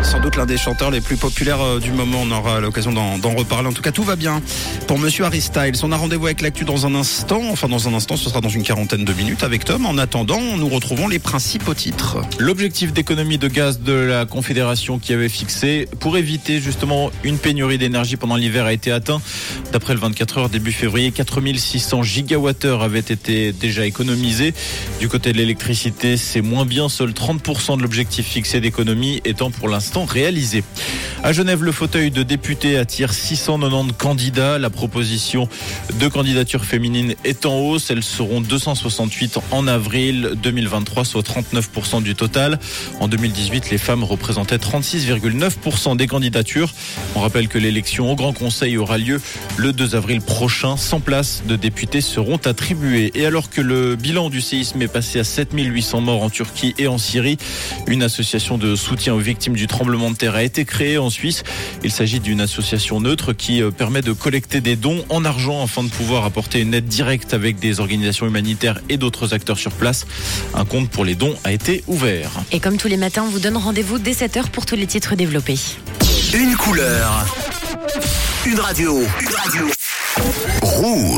sans doute l'un des chanteurs les plus populaires du moment. On aura l'occasion d'en reparler. En tout cas, tout va bien pour Monsieur Harry Styles. On a rendez-vous avec l'actu dans un instant. Enfin, dans un instant, ce sera dans une quarantaine de minutes avec Tom. En attendant, nous retrouvons les principaux titres. L'objectif d'économie de gaz de la Confédération qui avait fixé pour éviter justement une pénurie d'énergie pendant l'hiver a été atteint. D'après le 24 heures début février, 4600 gigawattheures avaient été déjà économisés. Du côté de l'électricité, c'est moins bien. Seuls 30% de l'objectif fixé d'économie étant pour l'instant réalisé. À Genève, le fauteuil de député attire 690 candidats. La proposition de candidature féminine est en hausse. Elles seront 268 en avril 2023, soit 39% du total. En 2018, les femmes représentaient 36,9% des candidatures. On rappelle que l'élection au Grand Conseil aura lieu le 2 avril prochain. 100 places de députés seront attribuées. Et alors que le bilan du séisme est passé à 7800 morts en Turquie et en Syrie, une association de soutien aux victimes du tremblement de terre a été créée en Suisse. Il s'agit d'une association neutre qui permet de collecter des dons en argent afin de pouvoir apporter une aide directe avec des organisations humanitaires et d'autres acteurs sur place. Un compte pour les dons a été ouvert. Et comme tous les matins, on vous donne rendez-vous dès 7h pour tous les titres développés. Une couleur, une radio. Rouge.